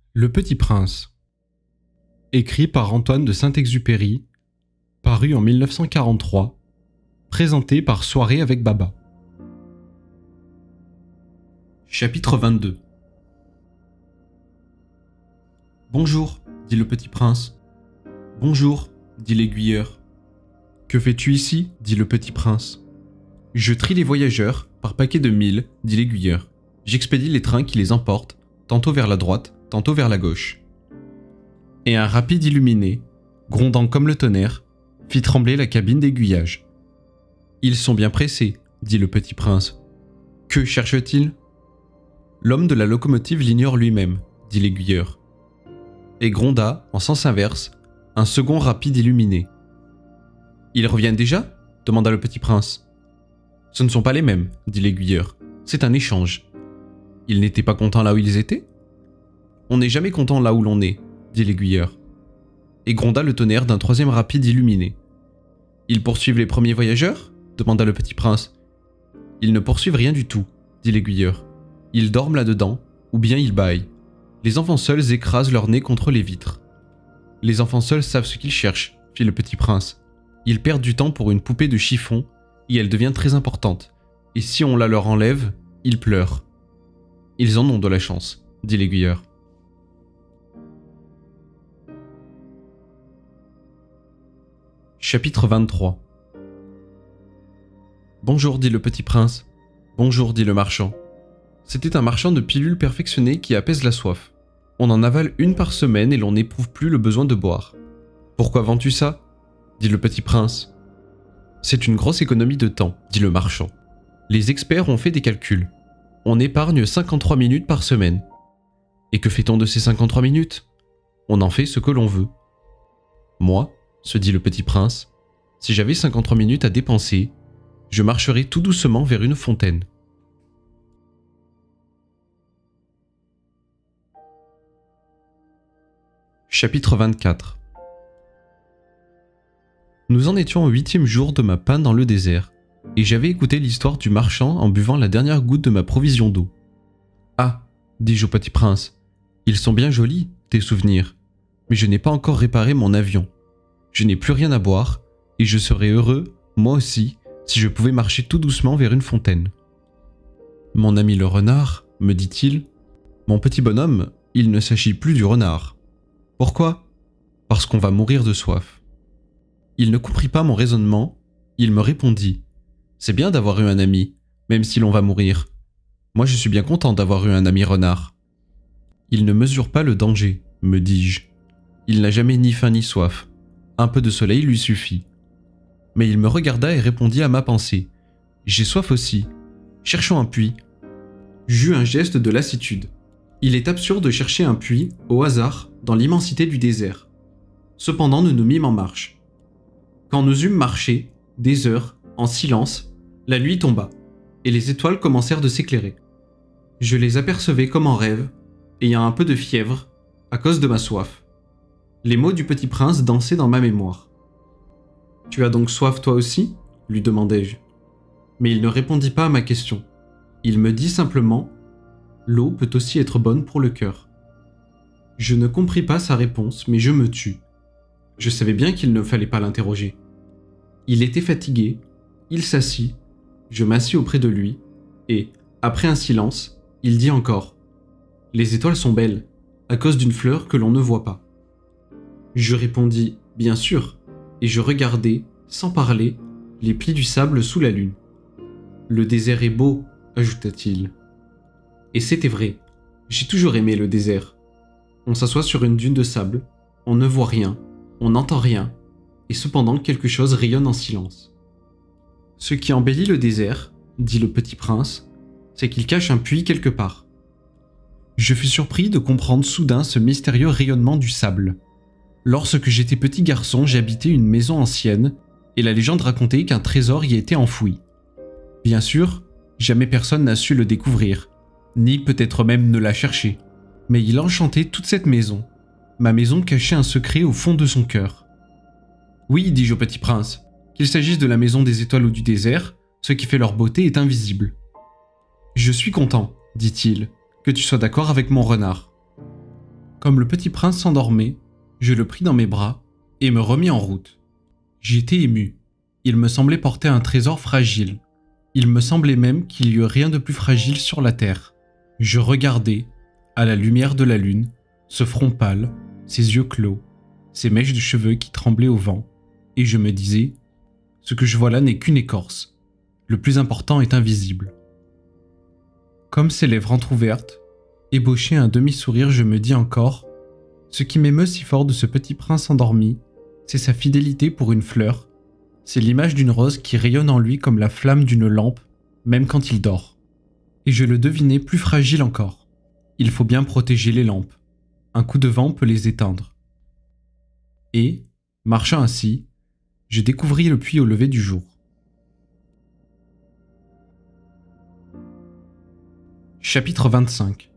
Le Petit Prince. Écrit par Antoine de Saint-Exupéry, paru en 1943, présenté par Soirée avec Baba. Chapitre 22. Bonjour, dit le petit prince. Bonjour, dit l'aiguilleur. Que fais-tu ici, dit le petit prince. Je trie les voyageurs par paquet de 1000, dit l'aiguilleur. J'expédie les trains qui les emportent, tantôt vers la droite, tantôt vers la gauche. Et un rapide illuminé, grondant comme le tonnerre, fit trembler la cabine d'aiguillage. Ils sont bien pressés, dit le petit prince. Que cherche-t-il ? L'homme de la locomotive l'ignore lui-même, dit l'aiguilleur. Et gronda, en sens inverse, un second rapide illuminé. Ils reviennent déjà ? Demanda le petit prince. Ce ne sont pas les mêmes, dit l'aiguilleur. C'est un échange. Ils n'étaient pas contents là où ils étaient ? On n'est jamais content là où l'on est, dit l'aiguilleur. Et gronda le tonnerre d'un troisième rapide illuminé. Ils poursuivent les premiers voyageurs ? Demanda le petit prince. Ils ne poursuivent rien du tout, dit l'aiguilleur. Ils dorment là-dedans, ou bien ils bâillent. Les enfants seuls écrasent leur nez contre les vitres. Les enfants seuls savent ce qu'ils cherchent, fit le petit prince. Ils perdent du temps pour une poupée de chiffon, et elle devient très importante. Et si on la leur enlève, ils pleurent. Ils en ont de la chance, dit l'aiguilleur. Chapitre 23. Bonjour, dit le petit prince. Bonjour, dit le marchand. C'était un marchand de pilules perfectionnées qui apaise la soif. On en avale une par semaine et l'on n'éprouve plus le besoin de boire. Pourquoi vends-tu ça ? Dit le petit prince. C'est une grosse économie de temps, dit le marchand. Les experts ont fait des calculs. On épargne 53 minutes par semaine. Et que fait-on de ces 53 minutes ? On en fait ce que l'on veut. Moi, se dit le petit prince, si j'avais 53 minutes à dépenser, je marcherais tout doucement vers une fontaine. Chapitre 24. Nous en étions au 8e jour de ma panne dans le désert, et j'avais écouté l'histoire du marchand en buvant la dernière goutte de ma provision d'eau. Ah, dis-je au petit prince, ils sont bien jolis, tes souvenirs, mais je n'ai pas encore réparé mon avion. Je n'ai plus rien à boire, et je serais heureux, moi aussi, si je pouvais marcher tout doucement vers une fontaine. Mon ami le renard, me dit-il, mon petit bonhomme, il ne s'agit plus du renard. Pourquoi ? Parce qu'on va mourir de soif. Il ne comprit pas mon raisonnement, il me répondit, c'est bien d'avoir eu un ami, même si l'on va mourir. Moi je suis bien content d'avoir eu un ami renard. Il ne mesure pas le danger, me dis-je. Il n'a jamais ni faim ni soif. Un peu de soleil lui suffit. Mais il me regarda et répondit à ma pensée. J'ai soif aussi. Cherchons un puits. J'eus un geste de lassitude. Il est absurde de chercher un puits, au hasard, dans l'immensité du désert. Cependant, nous nous mîmes en marche. Quand nous eûmes marché, des heures, en silence, la nuit tomba, et les étoiles commencèrent de s'éclairer. Je les apercevais comme en rêve, ayant un peu de fièvre, à cause de ma soif. Les mots du petit prince dansaient dans ma mémoire. « Tu as donc soif toi aussi ?» lui demandai-je. Mais il ne répondit pas à ma question. Il me dit simplement « L'eau peut aussi être bonne pour le cœur. » Je ne compris pas sa réponse, mais je me tus. Je savais bien qu'il ne fallait pas l'interroger. Il était fatigué, il s'assit, je m'assis auprès de lui, et, après un silence, il dit encore « Les étoiles sont belles, à cause d'une fleur que l'on ne voit pas. » Je répondis « Bien sûr », et je regardai, sans parler, les plis du sable sous la lune. « Le désert est beau », ajouta-t-il. Et c'était vrai, j'ai toujours aimé le désert. On s'assoit sur une dune de sable, on ne voit rien, on n'entend rien, et cependant quelque chose rayonne en silence. Ce qui embellit le désert, dit le petit prince, c'est qu'il cache un puits quelque part. Je fus surpris de comprendre soudain ce mystérieux rayonnement du sable. Lorsque j'étais petit garçon, j'habitais une maison ancienne, et la légende racontait qu'un trésor y était enfoui. Bien sûr, jamais personne n'a su le découvrir, ni peut-être même ne l'a cherché, mais il enchantait toute cette maison. Ma maison cachait un secret au fond de son cœur. Oui, dis-je au petit prince, qu'il s'agisse de la maison des étoiles ou du désert, ce qui fait leur beauté est invisible. Je suis content, dit-il, que tu sois d'accord avec mon renard. Comme le petit prince s'endormait, je le pris dans mes bras et me remis en route. J'étais ému. Il me semblait porter un trésor fragile. Il me semblait même qu'il y eût rien de plus fragile sur la terre. Je regardais, à la lumière de la lune, ce front pâle, ses yeux clos, ses mèches de cheveux qui tremblaient au vent, et je me disais, ce que je vois là n'est qu'une écorce. Le plus important est invisible. Comme ses lèvres entr'ouvertes, ébauché un demi-sourire, je me dis encore, ce qui m'émeut si fort de ce petit prince endormi, c'est sa fidélité pour une fleur, c'est l'image d'une rose qui rayonne en lui comme la flamme d'une lampe, même quand il dort. Et je le devinais plus fragile encore. Il faut bien protéger les lampes. Un coup de vent peut les éteindre. Et, marchant ainsi, je découvris le puits au lever du jour. Chapitre 25.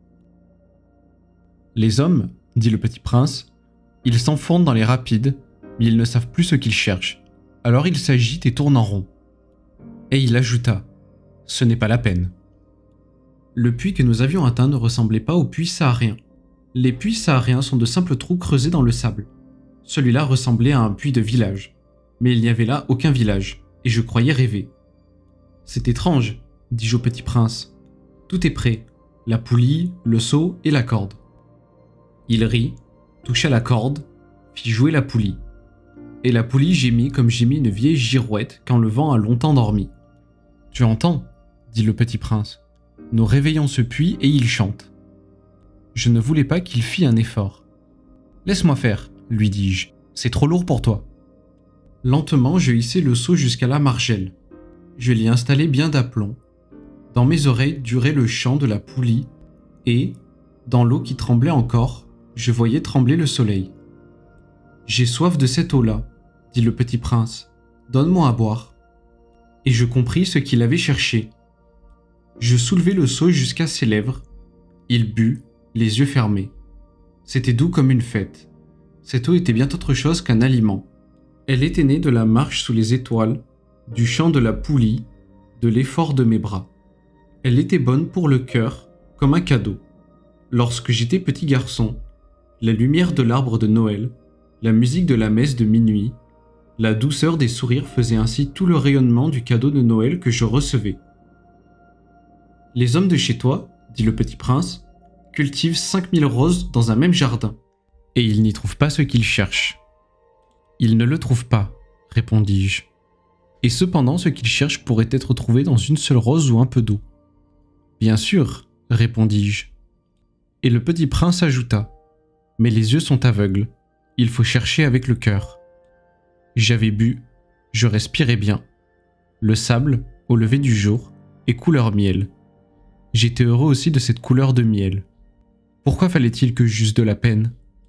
Les hommes, dit le petit prince, ils s'enfoncent dans les rapides, mais ils ne savent plus ce qu'ils cherchent. Alors ils s'agitent et tournent en rond. Et il ajouta, « Ce n'est pas la peine. » Le puits que nous avions atteint ne ressemblait pas aux puits sahariens. Les puits sahariens sont de simples trous creusés dans le sable. Celui-là ressemblait à un puits de village. Mais il n'y avait là aucun village, et je croyais rêver. « C'est étrange, dis-je au petit prince. Tout est prêt, la poulie, le seau et la corde. » Il rit, toucha la corde, fit jouer la poulie. Et la poulie gémit comme gémit une vieille girouette quand le vent a longtemps dormi. « Tu entends ?» dit le petit prince. « Nous réveillons ce puits et il chante. » Je ne voulais pas qu'il fît un effort. « Laisse-moi faire, lui dis-je, c'est trop lourd pour toi. » Lentement, je hissai le seau jusqu'à la margelle. Je l'y installai bien d'aplomb. Dans mes oreilles durait le chant de la poulie et, dans l'eau qui tremblait encore, je voyais trembler le soleil. « J'ai soif de cette eau-là, dit le petit prince. Donne-moi à boire. » Et je compris ce qu'il avait cherché. Je soulevai le seau jusqu'à ses lèvres. Il but, les yeux fermés. C'était doux comme une fête. Cette eau était bien autre chose qu'un aliment. Elle était née de la marche sous les étoiles, du chant de la poulie, de l'effort de mes bras. Elle était bonne pour le cœur, comme un cadeau. Lorsque j'étais petit garçon, la lumière de l'arbre de Noël, la musique de la messe de minuit, la douceur des sourires faisaient ainsi tout le rayonnement du cadeau de Noël que je recevais. « Les hommes de chez toi, dit le petit prince, cultivent 5000 roses dans un même jardin, et ils n'y trouvent pas ce qu'ils cherchent. »« Ils ne le trouvent pas, répondis-je. Et cependant ce qu'ils cherchent pourrait être trouvé dans une seule rose ou un peu d'eau. »« Bien sûr, répondis-je. » Et le petit prince ajouta, « Mais les yeux sont aveugles, il faut chercher avec le cœur. » J'avais bu, je respirais bien. Le sable, au lever du jour, est couleur miel. J'étais heureux aussi de cette couleur de miel. Pourquoi fallait-il que j'eusse de la peine ?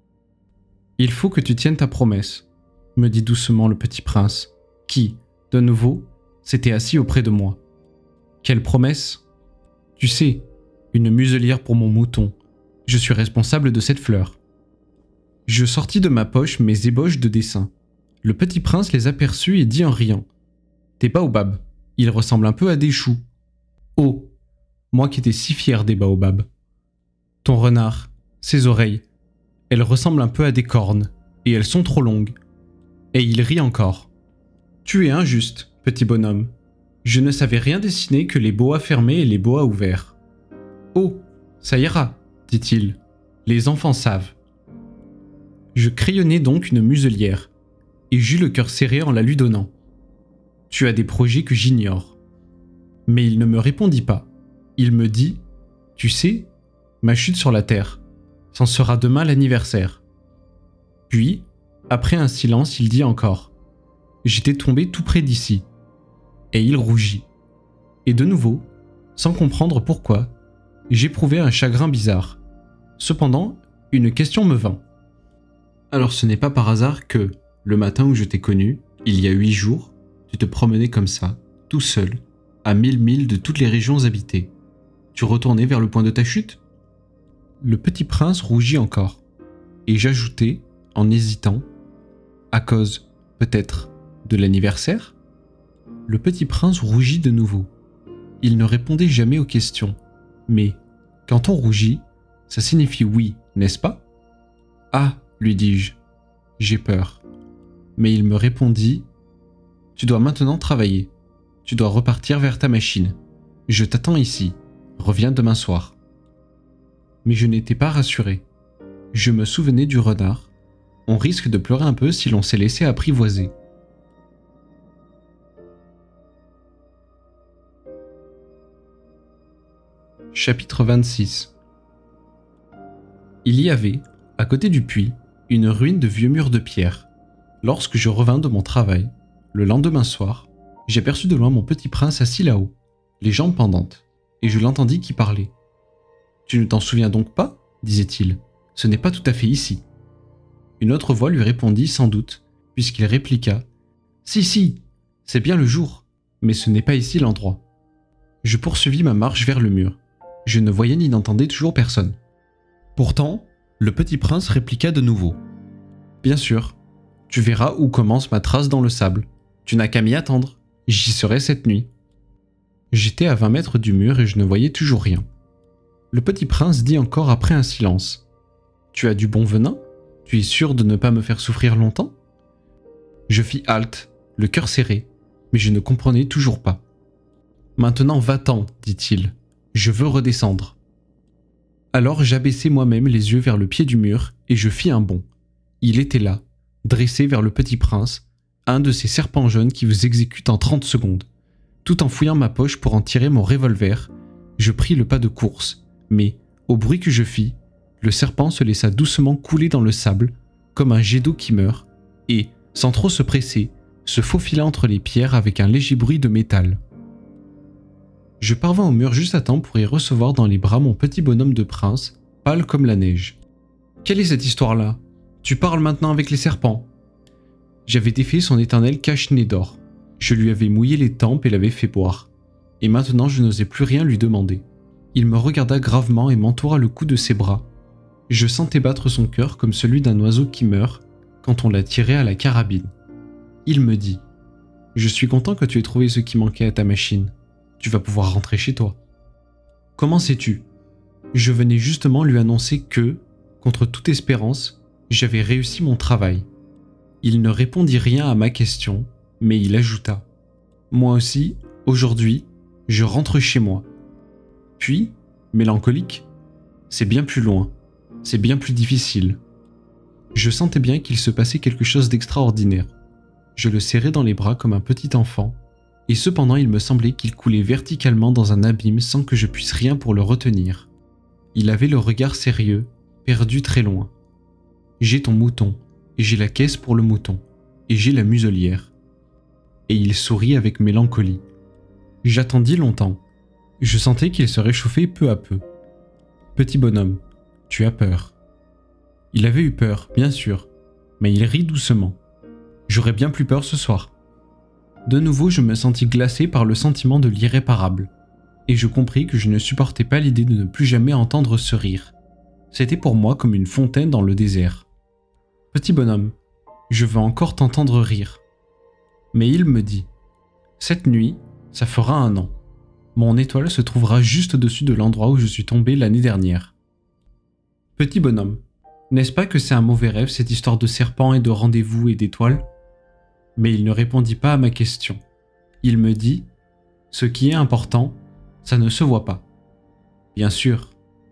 « Il faut que tu tiennes ta promesse, » me dit doucement le petit prince, qui, de nouveau, s'était assis auprès de moi. « Quelle promesse ? Tu sais, une muselière pour mon mouton. Je suis responsable de cette fleur. » Je sortis de ma poche mes ébauches de dessin. Le petit prince les aperçut et dit en riant, « Tes baobabs, ils ressemblent un peu à des choux. » Oh, moi qui étais si fier des baobabs. Ton renard, ses oreilles, elles ressemblent un peu à des cornes, et elles sont trop longues. Et il rit encore. Tu es injuste, petit bonhomme. Je ne savais rien dessiner que les boas fermés et les boas ouverts. Oh, ça ira, dit-il. Les enfants savent. Je crayonnai donc une muselière, et j'eus le cœur serré en la lui donnant. Tu as des projets que j'ignore. Mais il ne me répondit pas. Il me dit, tu sais, ma chute sur la terre, c'en sera demain l'anniversaire. Puis, après un silence, il dit encore, j'étais tombé tout près d'ici. Et il rougit. Et de nouveau, sans comprendre pourquoi, j'éprouvais un chagrin bizarre. Cependant, une question me vint. Alors ce n'est pas par hasard que, le matin où je t'ai connu, il y a 8 jours, tu te promenais comme ça, tout seul, à 1000 milles de toutes les régions habitées. Tu retournais vers le point de ta chute ? Le petit prince rougit encore, et j'ajoutai, en hésitant, à cause, peut-être, de l'anniversaire ? Le petit prince rougit de nouveau. Il ne répondait jamais aux questions, mais, quand on rougit, ça signifie oui, n'est-ce pas ? Ah, lui dis-je, j'ai peur. Mais il me répondit, tu dois maintenant travailler. Tu dois repartir vers ta machine. Je t'attends ici. Reviens demain soir. Mais je n'étais pas rassuré. Je me souvenais du renard. On risque de pleurer un peu si l'on s'est laissé apprivoiser. Chapitre 26. Il y avait, à côté du puits, une ruine de vieux murs de pierre. Lorsque je revins de mon travail, le lendemain soir, j'aperçus de loin mon petit prince assis là-haut, les jambes pendantes, et je l'entendis qui parlait. « Tu ne t'en souviens donc pas ?» disait-il. « Ce n'est pas tout à fait ici. » Une autre voix lui répondit sans doute, puisqu'il répliqua « Si, si, c'est bien le jour, mais ce n'est pas ici l'endroit. » Je poursuivis ma marche vers le mur. Je ne voyais ni n'entendais toujours personne. Pourtant, le petit prince répliqua de nouveau. « Bien sûr, tu verras où commence ma trace dans le sable. Tu n'as qu'à m'y attendre. J'y serai cette nuit. » J'étais à 20 mètres du mur et je ne voyais toujours rien. Le petit prince dit encore après un silence. « Tu as du bon venin ? Tu es sûr de ne pas me faire souffrir longtemps ?» Je fis halte, le cœur serré, mais je ne comprenais toujours pas. « Maintenant va-t'en, dit-il. Je veux redescendre. » Alors j'abaissai moi-même les yeux vers le pied du mur et je fis un bond. Il était là, dressé vers le petit prince, un de ces serpents jaunes qui vous exécutent en 30 secondes. Tout en fouillant ma poche pour en tirer mon revolver, je pris le pas de course, mais, au bruit que je fis, le serpent se laissa doucement couler dans le sable, comme un jet d'eau qui meurt, et, sans trop se presser, se faufila entre les pierres avec un léger bruit de métal. Je parvins au mur juste à temps pour y recevoir dans les bras mon petit bonhomme de prince, pâle comme la neige. « Quelle est cette histoire-là ? Tu parles maintenant avec les serpents ?» J'avais défait son éternel cache-nez d'or. Je lui avais mouillé les tempes et l'avais fait boire. Et maintenant je n'osais plus rien lui demander. Il me regarda gravement et m'entoura le cou de ses bras. Je sentais battre son cœur comme celui d'un oiseau qui meurt quand on l'a tiré à la carabine. Il me dit « Je suis content que tu aies trouvé ce qui manquait à ta machine. Tu vas pouvoir rentrer chez toi. » Comment sais-tu ? Je venais justement lui annoncer que, contre toute espérance, j'avais réussi mon travail. Il ne répondit rien à ma question, mais il ajouta « Moi aussi, aujourd'hui, je rentre chez moi. » Puis, mélancolique, « C'est bien plus loin, c'est bien plus difficile. » Je sentais bien qu'il se passait quelque chose d'extraordinaire. Je le serrais dans les bras comme un petit enfant, et cependant il me semblait qu'il coulait verticalement dans un abîme sans que je puisse rien pour le retenir. Il avait le regard sérieux, perdu très loin. « J'ai ton mouton, et j'ai la caisse pour le mouton, et j'ai la muselière. » Et il sourit avec mélancolie. J'attendis longtemps. Je sentais qu'il se réchauffait peu à peu. « Petit bonhomme, tu as peur. » Il avait eu peur, bien sûr, mais il rit doucement. J'aurais bien plus peur ce soir. De nouveau, je me sentis glacé par le sentiment de l'irréparable, et je compris que je ne supportais pas l'idée de ne plus jamais entendre ce rire. C'était pour moi comme une fontaine dans le désert. « Petit bonhomme, je veux encore t'entendre rire. » Mais il me dit « Cette nuit, ça fera 1 an. Mon étoile se trouvera juste au-dessus de l'endroit où je suis tombé l'année dernière. » Petit bonhomme, n'est-ce pas que c'est un mauvais rêve cette histoire de serpent et de rendez-vous et d'étoiles ? Mais il ne répondit pas à ma question. Il me dit « Ce qui est important, ça ne se voit pas. » Bien sûr.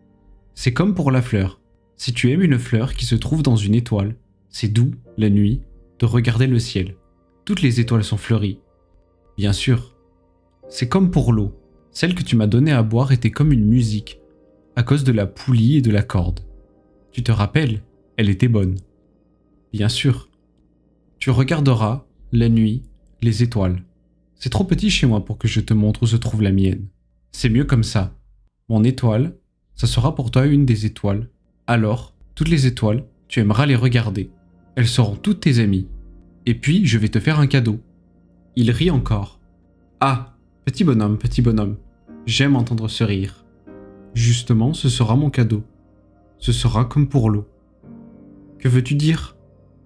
C'est comme pour la fleur. Si tu aimes une fleur qui se trouve dans une étoile, c'est doux, la nuit, de regarder le ciel. Toutes les étoiles sont fleuries. Bien sûr. C'est comme pour l'eau. Celle que tu m'as donnée à boire était comme une musique, à cause de la poulie et de la corde. Tu te rappelles, elle était bonne. Bien sûr. Tu regarderas, la nuit, les étoiles. C'est trop petit chez moi pour que je te montre où se trouve la mienne. C'est mieux comme ça. Mon étoile, ça sera pour toi une des étoiles. Alors, toutes les étoiles, tu aimeras les regarder. Elles seront toutes tes amies. Et puis, je vais te faire un cadeau. Il rit encore. Ah, petit bonhomme, j'aime entendre ce rire. Justement, ce sera mon cadeau. Ce sera comme pour l'eau. Que veux-tu dire ?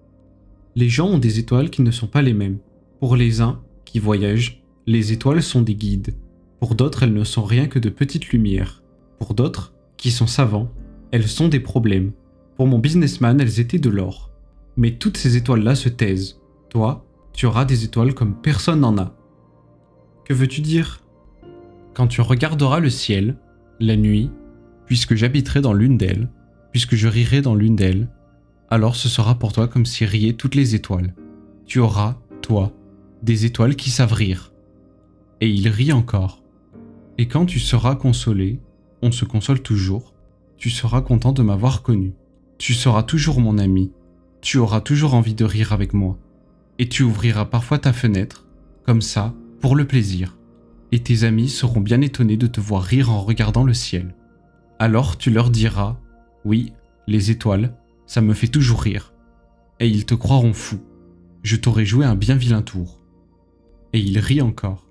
Les gens ont des étoiles qui ne sont pas les mêmes. Pour les uns, qui voyagent, les étoiles sont des guides. Pour d'autres, elles ne sont rien que de petites lumières. Pour d'autres, qui sont savants, elles sont des problèmes. Pour mon businessman, elles étaient de l'or. Mais toutes ces étoiles-là se taisent. Toi, tu auras des étoiles comme personne n'en a. Que veux-tu dire? Quand tu regarderas le ciel, la nuit, puisque j'habiterai dans l'une d'elles, puisque je rirai dans l'une d'elles, alors ce sera pour toi comme si riaient toutes les étoiles. Tu auras, toi, des étoiles qui savent rire. Et il rit encore. Et quand tu seras consolé, on se console toujours, tu seras content de m'avoir connu. Tu seras toujours mon ami. Tu auras toujours envie de rire avec moi. Et tu ouvriras parfois ta fenêtre, comme ça, pour le plaisir. Et tes amis seront bien étonnés de te voir rire en regardant le ciel. Alors tu leur diras, oui, les étoiles, ça me fait toujours rire. Et ils te croiront fou. Je t'aurai joué un bien vilain tour. Et il rit encore.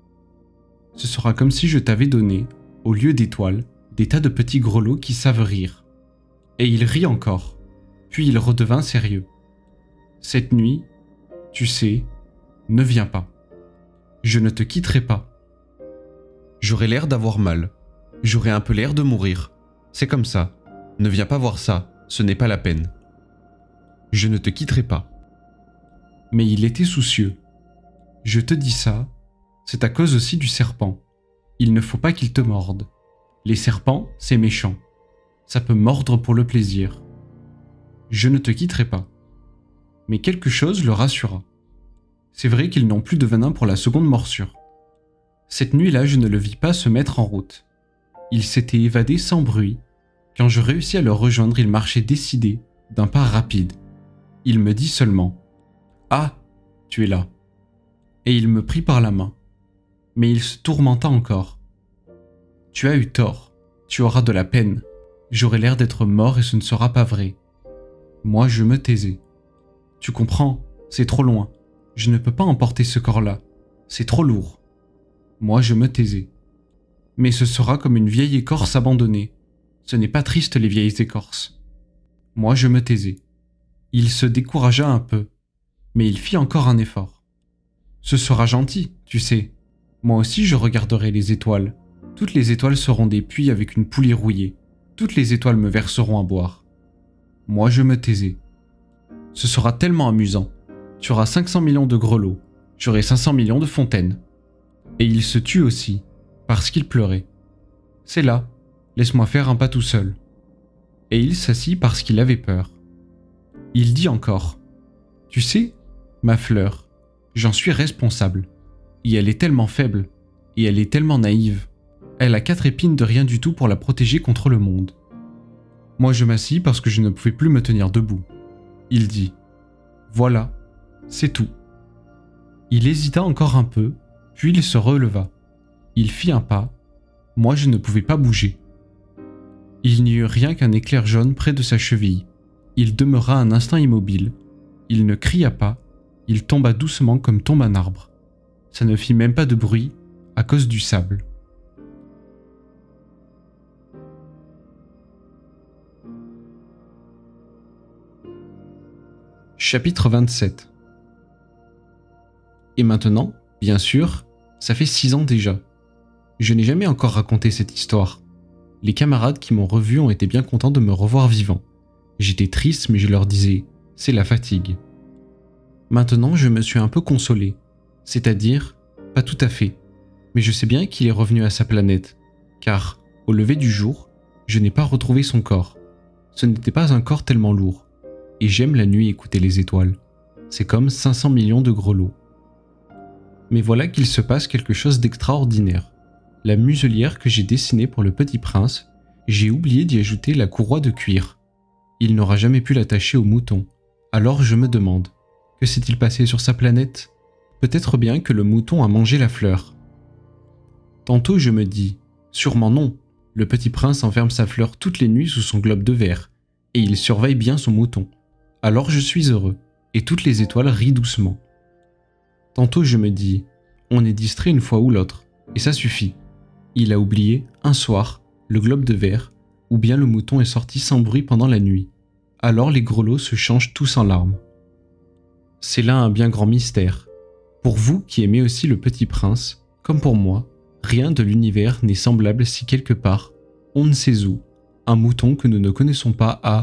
Ce sera comme si je t'avais donné, au lieu d'étoiles, des tas de petits grelots qui savent rire. Et il rit encore. Puis il redevint sérieux. Cette nuit, tu sais, ne viens pas. Je ne te quitterai pas. J'aurai l'air d'avoir mal. J'aurai un peu l'air de mourir. C'est comme ça. Ne viens pas voir ça, ce n'est pas la peine. Je ne te quitterai pas. Mais il était soucieux. Je te dis ça, c'est à cause aussi du serpent. Il ne faut pas qu'il te morde. Les serpents, c'est méchant. Ça peut mordre pour le plaisir. Je ne te quitterai pas. Mais quelque chose le rassura. C'est vrai qu'ils n'ont plus de venin pour la seconde morsure. Cette nuit-là, je ne le vis pas se mettre en route. Il s'était évadé sans bruit. Quand je réussis à le rejoindre, il marchait décidé, d'un pas rapide. Il me dit seulement « Ah, tu es là !» Et il me prit par la main. Mais il se tourmenta encore. « Tu as eu tort. Tu auras de la peine. J'aurai l'air d'être mort et ce ne sera pas vrai. » Moi, je me taisais. « Tu comprends, c'est trop loin. Je ne peux pas emporter ce corps-là. C'est trop lourd. » Moi, je me taisais. « Mais ce sera comme une vieille écorce abandonnée. Ce n'est pas triste les vieilles écorces. » Moi, je me taisais. Il se découragea un peu, mais il fit encore un effort. « Ce sera gentil, tu sais. Moi aussi, je regarderai les étoiles. Toutes les étoiles seront des puits avec une poulie rouillée. Toutes les étoiles me verseront à boire. » Moi, je me taisais. « Ce sera tellement amusant. Tu auras 500 millions de grelots. J'aurai 500 millions de fontaines. » Et il se tut aussi, parce qu'il pleurait. « C'est là. Laisse-moi faire un pas tout seul. » Et il s'assit parce qu'il avait peur. Il dit encore « Tu sais, ma fleur, j'en suis responsable. Et elle est tellement faible, et elle est tellement naïve. Elle a 4 épines de rien du tout pour la protéger contre le monde. » Moi je m'assis parce que je ne pouvais plus me tenir debout. Il dit « Voilà, c'est tout. » Il hésita encore un peu, puis il se releva. Il fit un pas. Moi je ne pouvais pas bouger. Il n'y eut rien qu'un éclair jaune près de sa cheville. Il demeura un instant immobile. Il ne cria pas. Il tomba doucement comme tombe un arbre. Ça ne fit même pas de bruit à cause du sable. Chapitre 27. Et maintenant, bien sûr, ça fait 6 ans déjà. Je n'ai jamais encore raconté cette histoire. Les camarades qui m'ont revu ont été bien contents de me revoir vivant. J'étais triste, mais je leur disais « c'est la fatigue ». Maintenant, je me suis un peu consolé. C'est-à-dire, pas tout à fait. Mais je sais bien qu'il est revenu à sa planète. Car, au lever du jour, je n'ai pas retrouvé son corps. Ce n'était pas un corps tellement lourd. Et j'aime la nuit écouter les étoiles. C'est comme 500 millions de grelots. Mais voilà qu'il se passe quelque chose d'extraordinaire. La muselière que j'ai dessinée pour le petit prince, j'ai oublié d'y ajouter la courroie de cuir. Il n'aura jamais pu l'attacher au mouton. Alors je me demande, que s'est-il passé sur sa planète? Peut-être bien que le mouton a mangé la fleur. Tantôt je me dis, sûrement non, le petit prince enferme sa fleur toutes les nuits sous son globe de verre, et il surveille bien son mouton. Alors je suis heureux, et toutes les étoiles rient doucement. Tantôt je me dis, on est distrait une fois ou l'autre, et ça suffit. Il a oublié, un soir, le globe de verre, ou bien le mouton est sorti sans bruit pendant la nuit. Alors les grelots se changent tous en larmes. C'est là un bien grand mystère. Pour vous qui aimez aussi le Petit Prince, comme pour moi, rien de l'univers n'est semblable si quelque part, on ne sait où, un mouton que nous ne connaissons pas a,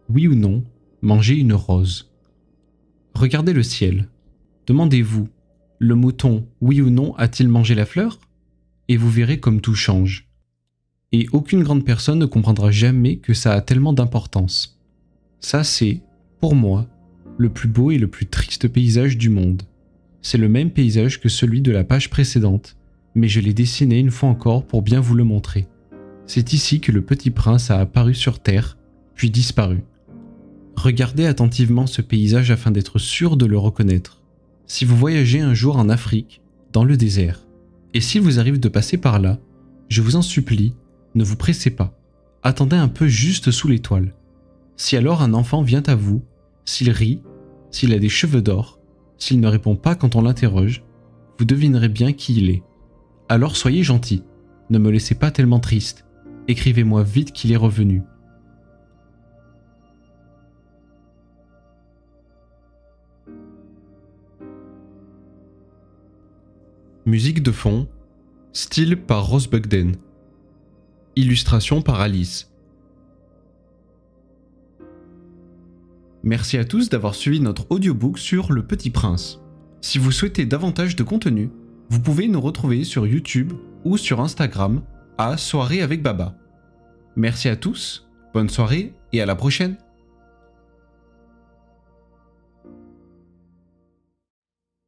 Oui ou non, manger une rose? Regardez le ciel. Demandez-vous, le mouton, oui ou non, a-t-il mangé la fleur? Et vous verrez comme tout change. Et aucune grande personne ne comprendra jamais que ça a tellement d'importance. Ça c'est, pour moi, le plus beau et le plus triste paysage du monde. C'est le même paysage que celui de la page précédente, mais je l'ai dessiné une fois encore pour bien vous le montrer. C'est ici que le petit prince a apparu sur Terre, puis disparu. Regardez attentivement ce paysage afin d'être sûr de le reconnaître. Si vous voyagez un jour en Afrique, dans le désert, et s'il vous arrive de passer par là, je vous en supplie, ne vous pressez pas. Attendez un peu juste sous l'étoile. Si alors un enfant vient à vous, s'il rit, s'il a des cheveux d'or, s'il ne répond pas quand on l'interroge, vous devinerez bien qui il est. Alors soyez gentil, ne me laissez pas tellement triste. Écrivez-moi vite qu'il est revenu. Musique de fond, style par Rose Bugden. Illustration par Alice. Merci à tous d'avoir suivi notre audiobook sur Le Petit Prince. Si vous souhaitez davantage de contenu, vous pouvez nous retrouver sur YouTube ou sur Instagram à Soirée avec Baba. Merci à tous, bonne soirée et à la prochaine.